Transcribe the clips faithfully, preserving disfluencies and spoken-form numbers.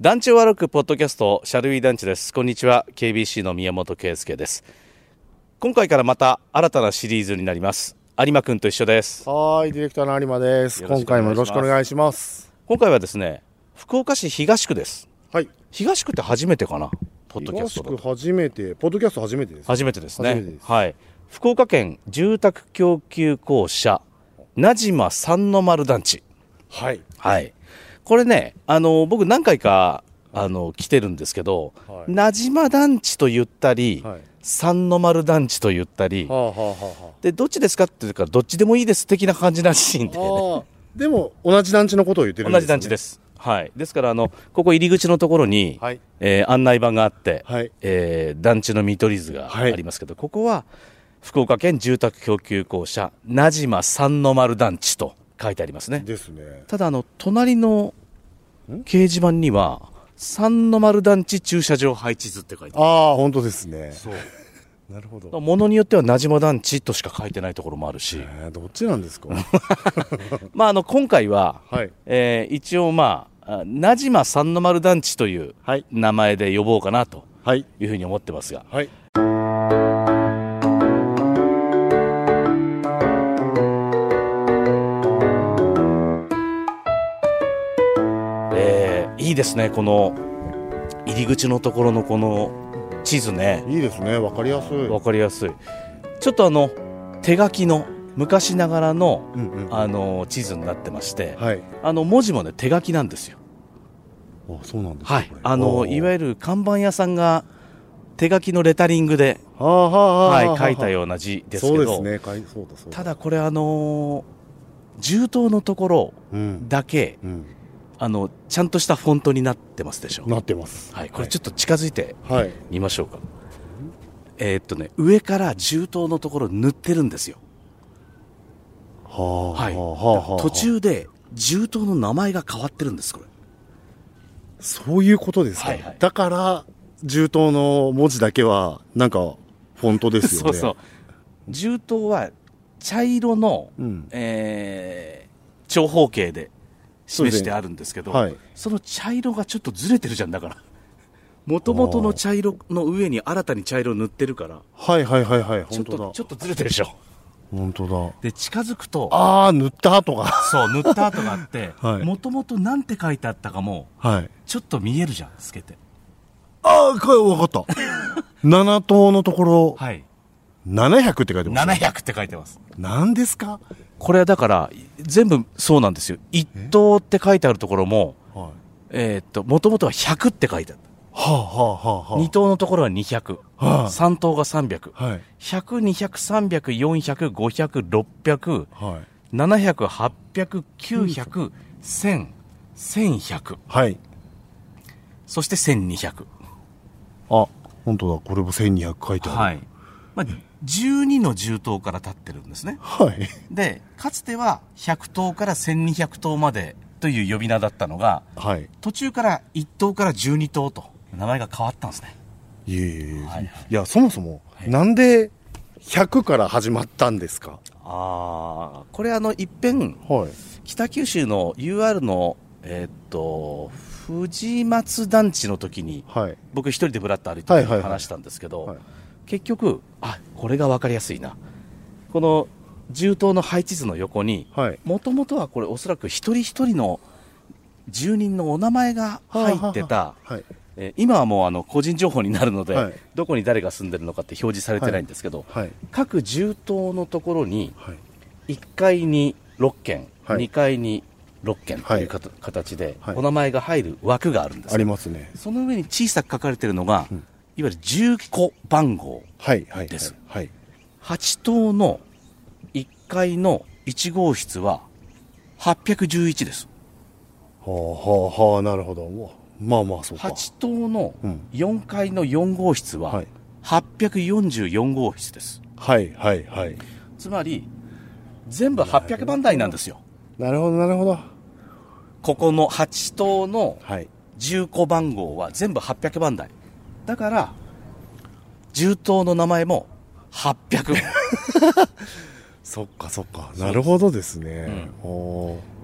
団地を歩くポッドキャストシャルウィー団地です。こんにちは。 ケービーシー の宮本圭介です。今回からまた新たなシリーズになります。有馬くんと一緒です。 はい、ディレクターの有馬です。今回もよろしくお願いします。 今回はですね、福岡市東区です。 はい。 東区って初めてかな、ポッドキャスト。 東区初めて、ポッドキャスト初めてです。 初めてですね。 初めてです。 はい。福岡県住宅供給公社名島三の丸団地。 はい。 はい。これね、あの僕何回かあの来てるんですけど、はい、名島団地と言ったり、はい、三の丸団地と言ったり、はあはあはあ、でどっちですかっていうかどっちでもいいです的な感じらしいんで、ね、 でも同じ団地のことを言ってるんですよね。 同じ団地です。はい。ですからあのここ入り口のところに、はい、えー、案内板があって、はい、えー、団地の見取り図がありますけど、はい、ここは福岡県住宅供給公社名島三の丸団地と書いてありますね。 ですね。ただあの隣の掲示板には三の丸団地駐車場配置図って書いてある。 ああ、本当ですね。 そうなるほど。 ものによっては名島団地としか書いてないところもあるし、 えー、どっちなんですかまああの今回は、はい、えー、一応まあ名島三の丸団地という名前で呼ぼうかなというふうに思ってますが、はい、いいですね、この入り口のところのこの地図ね。 いいですね、わかりやすい。 わかりやすい。ちょっとあの手書きの昔ながらの、うんうん、あの地図になってまして、はい、あの文字もね手書きなんですよ。 あ、そうなんですか。 はい、あのいわゆる看板屋さんが手書きのレタリングで、 はい、 書いたような字ですけど、そうですね、そうだそうだ。ただこれあの銃刀のところだけ、うんうん、あのちゃんとしたフォントになってますでしょ。 なってます。 はい、これちょっと近づいてみましょうか。はい、えー、っとね上から銃刀のところ塗ってるんですよ。はあ、はい、はあはあ、途中で銃刀の名前が変わってるんです。これそういうことですか。はいはい、だから銃刀の文字だけはなんかフォントですよね。そうそう、 銃刀は茶色の、うん、えー、長方形で示してあるんですけど、 そ,、はい、その茶色がちょっとずれてるじゃん。だからもともとの茶色の上に新たに茶色塗ってるから、 はいはいはいはい、 ちょっとちょっとずれてるでしょ。 本当だ。 で近づくと、 ああ塗った跡がそう塗った跡があってもともとなんて書いてあったかも、はい、ちょっと見えるじゃん透けて。 ああ分かったなな棟のところ、はい、ななひゃくって書いてます、ね、 ななひゃくって書いてます。 何ですかこれは。だから全部そうなんですよ。いち棟って書いてあるところも、はい、えー、っともともとはひゃくって書いてあった。はあはあはあ、に棟のところはにひゃく、はあ、さん棟がさんびゃく、はい、ひゃく、にひゃく、さんびゃく、よんひゃく、ごひゃく、ろっぴゃく、はい、ななひゃく、はっぴゃく、きゅうひゃく、せん、せんひゃく、はい、そしてせんにひゃく。 あ、本当だ、これもせんにひゃく書いてある。はい、 まあ、じゅうにの銃刀から立ってるんですね。はい、でかつてはひゃく棟からせんにひゃく棟までという呼び名だったのが、はい、途中からいち棟からじゅうに棟と名前が変わったんですね。 いえいえ、はい、いやそもそも、はい、なんでひゃくから始まったんですか。 ああ、これあのいっぺん、はい、北九州の ユーアール のえー、っと藤松団地の時に、はい、僕一人でブラッと歩いて話したんですけど、はいはいはい、結局あこれが分かりやすいな。この銃刀の配置図の横にもともとはこれおそらく一人一人の住人のお名前が入ってた、はい、えー、今はもうあの個人情報になるので、はい、どこに誰が住んでるのかって表示されてないんですけど、はいはい、各銃刀のところにいっかいにろっけん、はい、にかいにろっけんというか、はい、形でお名前が入る枠があるんです。 ありますね。 その上に小さく書かれているのが、うん、いわゆる住戸番号です。はいはいはいはい、はち棟のいっかいのいち号室ははっぴゃくじゅういちです。 はあはあはあ、なるほど。まあまあそうか。 はち棟のよんかいのよん号室ははっぴゃくよんじゅうよん号室です。 はいはいはい。 つまり全部はっぴゃくばん台なんですよ。 なるほどなるほど。 ここのはち棟の住戸番号は全部はっぴゃくばん台だから住棟の名前もはっぴゃくそっかそっか、なるほどですね、 うん、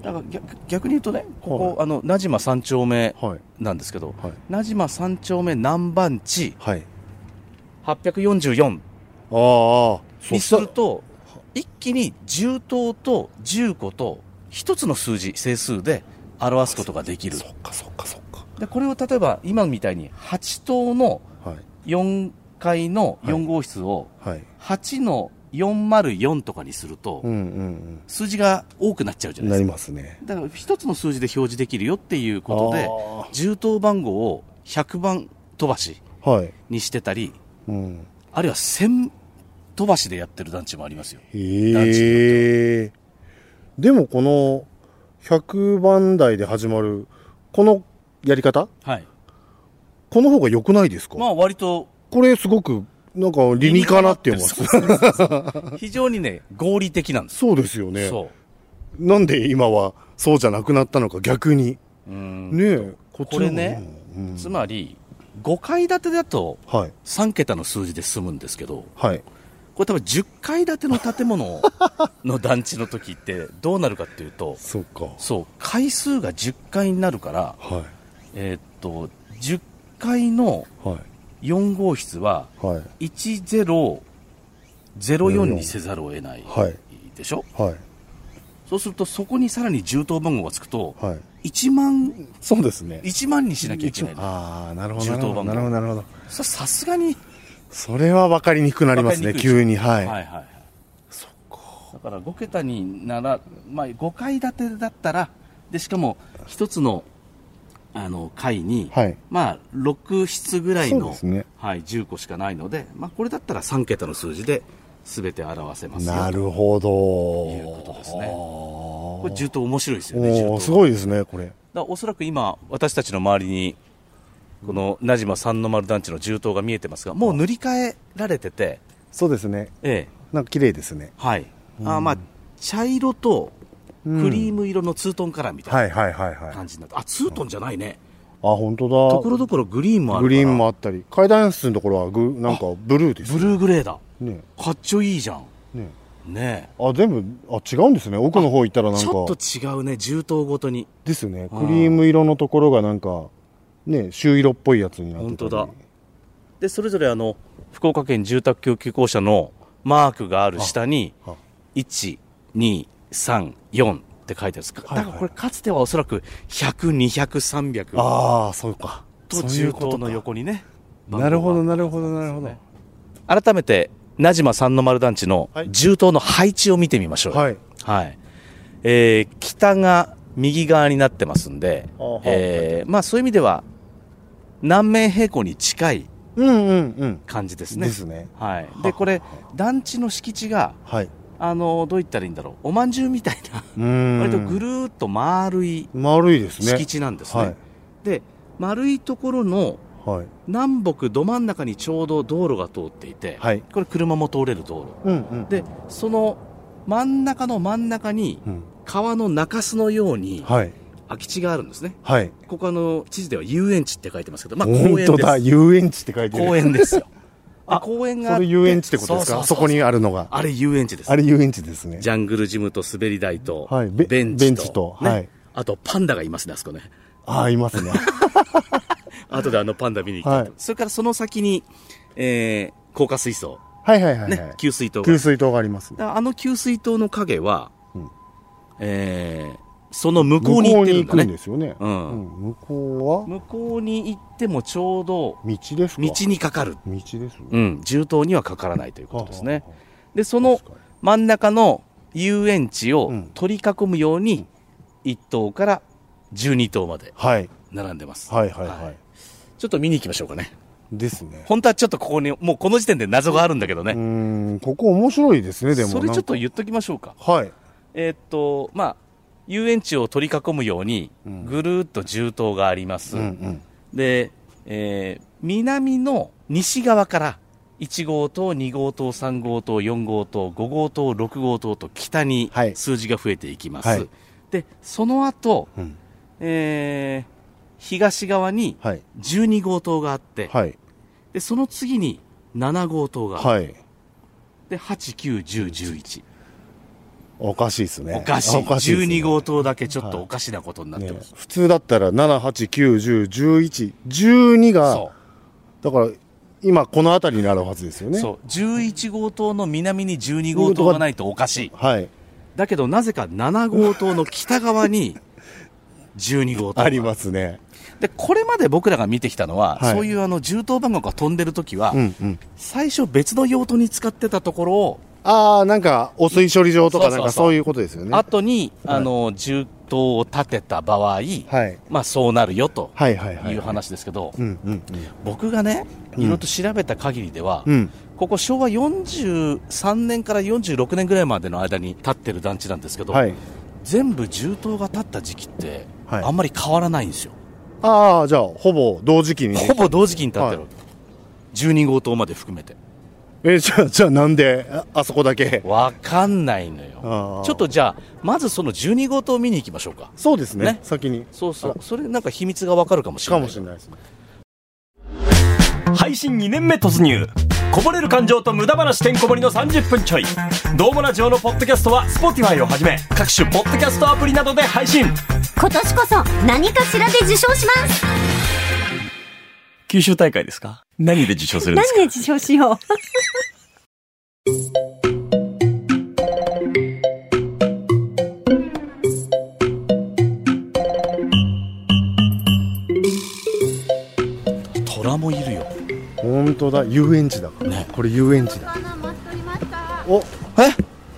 だから 逆, 逆に言うとね、ここ、はい、あの名島三丁目なんですけど、はい、名島三丁目何番地、はい、はっぴゃくよんじゅうよんにすると、一気にじゅう棟とじゅう戸と一つの数字、整数で表すことができる。 そっかそっかそっか。 でこれを例えば今みたいにはち棟のよんかいのよん号室をはちのよんまるよんとかにすると、数字が多くなっちゃうじゃないですか。 なりますね。 だから一つの数字で表示できるよっていうことで、じゅう棟番号をひゃくばん飛ばしにしてたり、はいうん、あるいはせん飛ばしでやってる団地もありますよ。 へえ。でもこのひゃくばん台で始まるこのやり方、はい、この方が良くないですか？ まあ割とこれすごくなんか理にかなってます。 非常にね合理的なんです。 そうですよね。そうなんで今はそうじゃなくなったのか逆に。うんねえこっちのこれね、うん、つまりごかい建てだとさん桁の数字で済むんですけど、はい、これ多分じゅっかい建ての建物の団地の時ってどうなるかっていうと、 そうか。 そう階数がじゅっかいになるから、はい、えー、っとじゅっかいのよん号室はいちぜろぜろよんにせざるを得ないでしょ、はい、そうするとそこにさらにじゅう棟番号がつくと、はい、いちまんそうですねいちまんにしなきゃいけない。 ああなるほどなるほどなるほどなるほど。 さすがにそれは分かりにくくなりますね急に。はい、はいはいはい。 そっか。だからご桁になら、まあ、ごかい建てだったらでしかも一つのあの階に、はい、まあろく室ぐらいの、ねはい、じゅう戸しかないので、まあ、これだったらさん桁の数字で全て表せますよなるほどということですね。これじゅう棟面白いですよね。 おすごいですねこれ。 だおそらく今私たちの周りにこの名島三の丸団地のじゅう棟が見えてますがもう塗り替えられてて。 そうですね、ええ、なんか綺麗ですね。 はい、あまあ茶色とクリーム色のツートンカラーみたいな感じになって、あツートンじゃないね。 あ本当だ。 ところどころグリーンもあるから。 グリーンもあったり階段室のところはグなんかブルーです、ね、 ブルーグレーだ、ね、かっちょいいじゃんね。ねあ全部あ違うんですね。奥の方行ったらなんかちょっと違うねじゅう棟ごとにですよね。クリーム色のところがなんかね朱色っぽいやつになってたり。 本当だ。でそれぞれあの福岡県住宅供給公社のマークがある下にいちにさんよんって書いてあるんですか。だからこれかつてはおそらくひゃく、にひゃく、さんびゃくああそうかとじゅう棟の横にね。 なるほどなるほどなるほど。 改めて名島三の丸団地のじゅう棟の配置を見てみましょう。はい、はいえー、北が右側になってますんで、えーまあ、そういう意味では南面平行に近い感じですね。 ですね。 はい、でこれ団地の敷地が、はいあのどう言ったらいいんだろうおまんじゅうみたいな割とぐるーっと丸い敷地なんですね。はい、で丸いところの南北ど真ん中にちょうど道路が通っていて、はい、これ車も通れる道路、うんうん、でその真ん中の真ん中に川の中州のように空き地があるんですね。はい、ここあの地図では遊園地って書いてますけど、まあ、公園です。本当だ遊園地って書いてる。 公園ですよ。あ公園があってそれ遊園地ってことですか。そうそうそうそうそこにあるのがあれ遊園地です。 あれ遊園地ですね。 ジャングルジムと滑り台と、はい、ベンチと、ベンチとねはい、あとパンダがいますねあそこね。 ああいますね。 後であのパンダ見に行って、はい、それからその先に、えー、高架水槽はいはいはい、はいね、給水塔が給水塔があります、ね、 あの給水塔の影は、うんえー、その向こうに行ってるんだね。向こうに行くんですよね、うんうん、向こうは向こうに行ってもちょうど道ですか。 道にかかる。 道です、ねうん、じゅう棟にはかからないということですね。はあはあ、でその真ん中の遊園地を取り囲むようにいっ棟からじゅうに棟まで並んでます、はい、はいはいはい、はい、ちょっと見に行きましょうかね。 ですね。 本当はちょっとここにもうこの時点で謎があるんだけどね。うーんここ面白いですね。でもそれちょっと言っときましょうか。 はいえー、っとまあ遊園地を取り囲むようにぐるっとじゅう棟があります、うんうん、で、えー、南の西側からいち号棟に号棟さん号棟よん号棟ご号棟ろく号棟と北に数字が増えていきます、はい、でその後、うんえー、東側にじゅうに号棟があって、はい、でその次になな号棟がある、はい、ではち、きゅう、じゅう、じゅういちおかしいですね。 おかしい。おかしいですね、じゅうに号棟だけちょっとおかしなことになってます。 ね、普通だったらなな、はち、きゅう、じゅう、じゅういち、じゅうにが、だから今この辺りにあるはずですよね。 そう。じゅういち号棟の南にじゅうに号棟がないとおかしい。 はい。 だけどなぜかなな号棟の北側にじゅうに号棟ありますね。 で、これまで僕らが見てきたのは、はい、そういうあの銃刀番号が飛んでるときは、うんうん、最初別の用途に使ってたところを、 ああ、なんか汚水処理場とかなんかそういうことですよね。 後に、あの、銃刀を立てた場合、はい、まあそうなるよという話ですけど、僕がね、いろいろと調べた限りでは、うん、ここ昭和よんじゅうさんねんからよんじゅうろくねんぐらいまでの間に建ってる団地なんですけど、はい、全部銃刀が建った時期って、はい、あんまり変わらないんですよ。 ああ、じゃあほぼ同時期にほぼ同時期に建ってる、はい、じゅうに号棟まで含めて。 えー、じゃあじゃあなんで あ, あそこだけわかんないのよ。ちょっとじゃあまずそのじゅうに号棟を見に行きましょうか。 そうです ね, ね先に。 そうそう、それなんか秘密がわかるかもしれない。 かもしれないですね。 配信にねんめ突入、こぼれる感情と無駄話てんこ盛りのさんじゅっぷんちょい。どうもラジオのポッドキャストは Spotify をはじめ各種ポッドキャストアプリなどで配信。 今年こそ何かしらで受賞します。 九州大会ですか？何で受賞するんですか？ 何で受賞しよう虎もいるよ。 本当だ、遊園地だから、ね、これ遊園地だ。 お、え？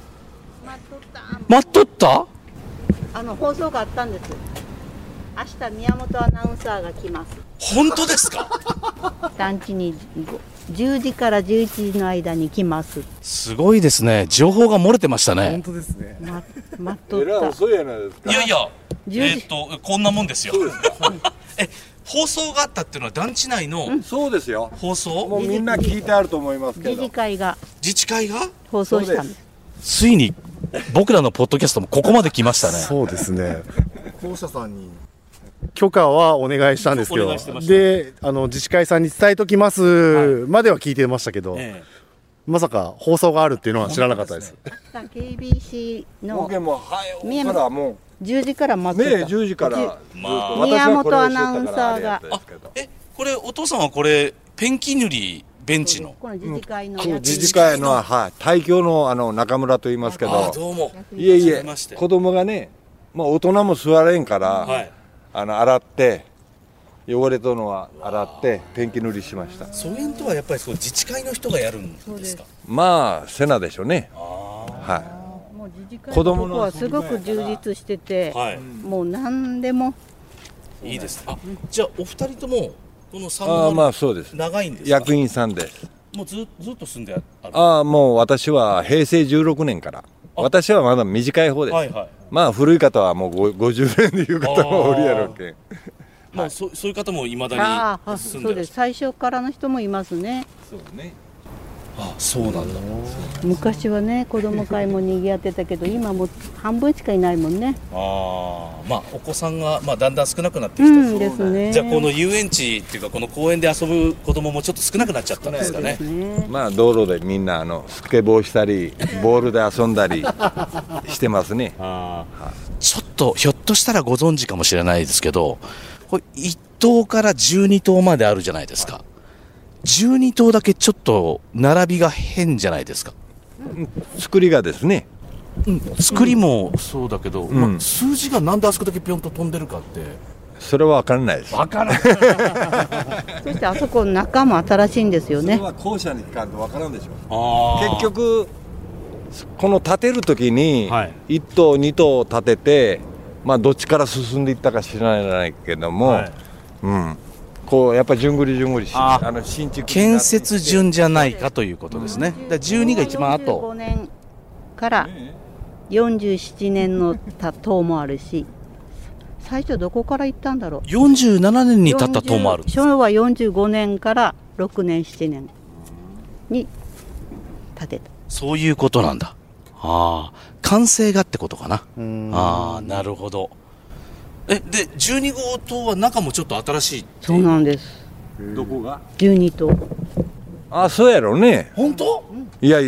待っとった？ あの放送があったんです。明日宮本アナウンサーが来ます。 本当ですか？ 団地にじゅうじからじゅういちじの間に来ます。 すごいですね。情報が漏れてましたね。 本当ですね。 ま、待っとった。 えらい遅いやないですか。 いやいや、えー、っとこんなもんですよ。え、放送があったっていうのは団地内の、うん、 そうですよ。 放送？ もうみんな聞いてあると思いますけど。 自治会が自治会が放送したんです。 ついに僕らのポッドキャストもここまで来ましたね。 そうですね。校舎さんに許可はお願いしたんですけど、で、あの自治会さんに伝えときますまでは聞いてましたけど、はい、ええ、まさか放送があるっていうのは知らなかったです。 ですね、ケービーシー の僕も早からもうじゅうじから待ってた。 ね、じゅうじから、 まあ、宮本アナウンサーが。 あ、え、これお父さんはこれペンキ塗りベンチの。 この自治会の。 うん、自治会のは、はい、大京のあの中村と言いますけど。 あ、どうも。 いえいえ、子供がね、まあ大人も座れんから、はい、あの洗って汚れたのは洗ってペンキ塗りしました。 それとはやっぱりそう自治会の人がやるんですか？ まあセナでしょうね。あ、はい。 子供のはすごく充実してて、はい、もう何でもいいです。あ、じゃあお二人ともこのさんあ、まあそうです。 長いんですか？ 役員さんです。 もうずずっと住んである。 ああ、もう私はへいせいじゅうろくねんから。私はまだ短い方です。はいはい、まあ古い方はもうごじゅうねんでいう方もおるやろうけん。 まあそそういう方もいまだに住んでる。 そうです。最初からの人もいますね。 そうね。 あ、そうなんだ。 昔はね、子供会も賑わってたけど今もう半分しかいないもんね。 ああ、まあお子さんがまあだんだん少なくなってきて、 うんですね。 じゃあこの遊園地っていうかこの公園で遊ぶ子供もちょっと少なくなっちゃったんですかね。 ね、 まあ道路でみんなあのスケボーしたりボールで遊んだりしてますね。 あ、ちょっとひょっとしたらご存知かもしれないですけど、これいっ棟からじゅうに棟まであるじゃないですか。はい、じゅうに棟だけちょっと並びが変じゃないですか。 うん、作りがですね、 うん、作りもそうだけど、うんまあ、数字がなんであそこだけピョンと飛んでるかってそれは分からないです。 分からないそしてあそこの中も新しいんですよね。 それは校舎に聞かんと分からんでしょう。結局この建てる時にいち棟に棟建てて、まあどっちから進んでいったか知らないけども、はい、うん、こうやっぱりじゅんぐりじゅんぐりしああの新築建設順じゃないかということですね。だじゅうにが一番後。 よんじゅうごねんからよんじゅうななねんの棟もあるし、最初どこから行ったんだろう。 よんじゅうななねんに建った棟もあるんです。 昭和よんじゅうごねんからろくねんななねんに建てた。 そういうことなんだ。ああ、完成がってことかな。ああ、なるほど。え、でじゅうに号棟は中もちょっと新しい。 そうなんです。 どこが？ じゅうに棟。 あ、そうやろうね。 本当？ いやいや、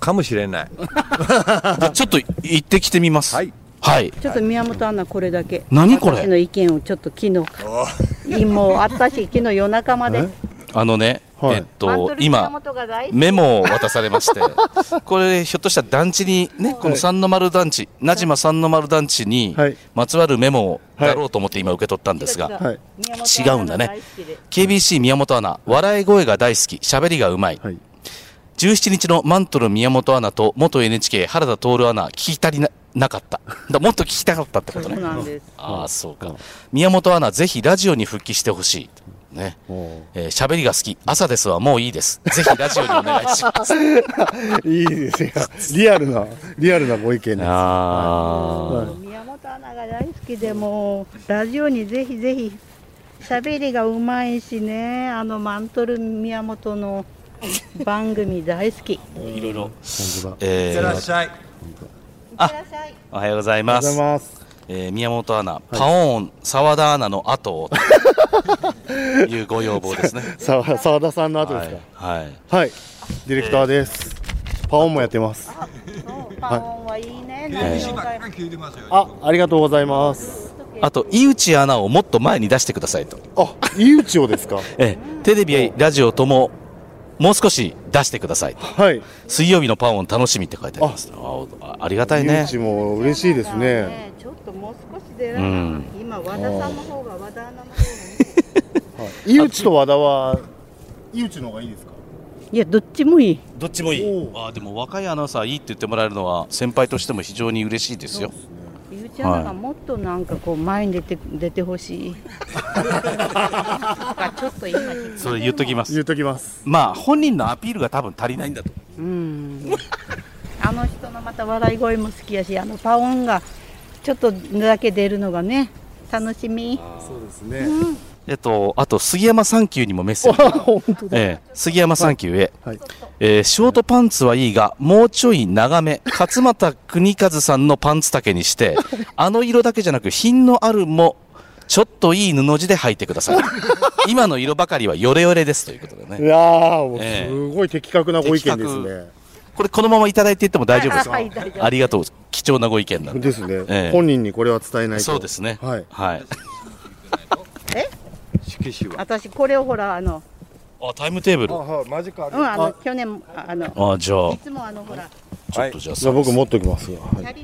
かもしれない。 じゃあちょっと行ってきてみます。 はい。 はい。 ちょっと宮本アナこれだけ。 何これ？ 私の意見をちょっと昨日、もうあったし昨日夜中まで。 あのね、はい、えっと今メモを渡されまして、これひょっとしたら団地にね、この三の丸団地、名島三の丸団地にまつわるメモだろうと思って今受け取ったんですが、はい、違うんだね。ケービーシー 宮本アナ、笑い声が大好き、喋りがうまい。はい、じゅうしちにちのマントル宮本アナと元 エヌエイチケー 原田徹アナ、聞き足りななかった。だもっと聞きたかったってことね。 そうなんです。 ああ、そうか。宮本アナ、ぜひラジオに復帰してほしい。ね、えー、喋りが好き、朝ですはもういいです。ぜひラジオにお願いします。 いいですよ。リアルな、リアルなご意見です。 あ宮本アナが大好きでも、ラジオにぜひぜひ、喋りがうまいしね、あのマントル宮本の番組大好き。いろいろ。 えー、いってらっしゃい。 あ、おはようございます。 おはようございます。 えー、宮本アナ、はい、パオーン澤田アナの後をというご要望ですね。 澤田さんの後ですか。はい、はいはい、ディレクターです。えー、パオーンもやってます。 あ、パオーンはいいね。 えー、あ、ありがとうございます。 あと井内アナをもっと前に出してくださいと。 あ、井内をですか。 えー、テレビラジオとももう少し出してくださいと。 はい。 水曜日のパオン楽しみって書いてあります。あ、ありがたいね。 井内も嬉しいですね。 ちょっともう少しで、うん、今和田さんの方が和田アナの方が、ね、 井内と和田は井内の方がいいですか。 いや、どっちもいい。 どっちもいい。あ、でも若いアナウンサーいいって言ってもらえるのは先輩としても非常に嬉しいですよ。 井内アナがもっとなんかこう前に出て出てほしい。ちょっと今それ言っときます。 言っときます。 まあ本人のアピールが多分足りないんだと。 うん。あの人のまた笑い声も好きやし、あのパオンがちょっとだけ出るのがね、楽しみ。 そうですね。 うん、 えっと、あと杉山サンキューにもメッセージ。 本当だ。 ええ、杉山サンキューへ、 はい、 えー、ショートパンツはいいがもうちょい長め、勝俣邦和さんのパンツ丈にしてあの色だけじゃなく品のあるもちょっといい布地で履いてください。今の色ばかりはヨレヨレですということでね。 いやー、もうすごい的確なご意見ですね。えーこれこのままいただいていっても大丈夫ですか。ありがとう、貴重なご意見なんですね、ええ、本人にこれは伝えないと。 そうですね。はい、はい、 え私これをほらあのあタイムテーブル、あ、 はい、マジか。 うん、あの去年あのあじゃあいつもあのほらちょっとじゃあ、 じゃあ僕持っときます、はい、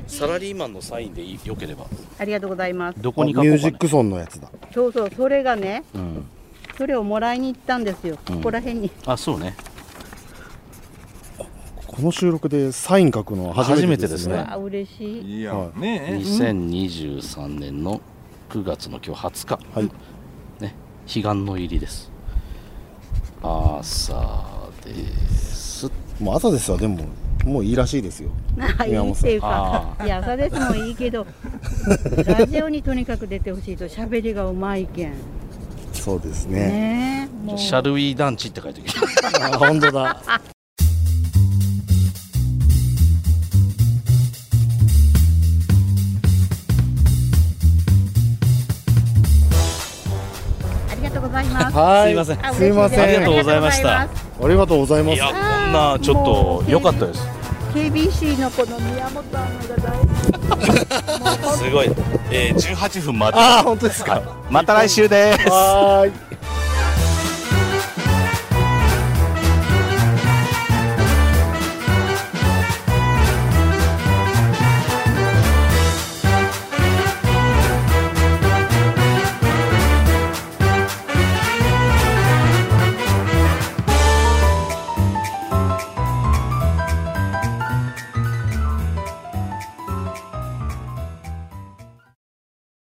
サラリーマンのサインでよければ。 ありがとうございます。 どこに書こうか、ね、 ミュージックソンのやつだ。 そうそう、それがね、 うん、 それをもらいに行ったんですよ、うん、ここら辺に。 あ、そうね。 この収録でサイン書くのは初めてですね。 あ、嬉しい。 いや、はい、ね、 にせんにじゅうさんねんのくがつの今日はつか、はい、ね、彼岸の入りです。朝です。 もう朝ですわ。でももういいらしいですよ。 いいっていうか、いや朝ですもいいけど、ラジオにとにかく出てほしいと、喋りがうまいけん。 そうですね。 ね、 もうシャルウィー団地って書いてきた。 あ、本当だ。 はい、すいません。 すいません。 ありがとうございました。 ありがとうございます。 いや、こんなちょっと良かったです。 ケービーシー のこの宮本アナが大好き。 すごい。えー、じゅうはっぷん回って。 あ、本当ですか。 また来週です。 はい。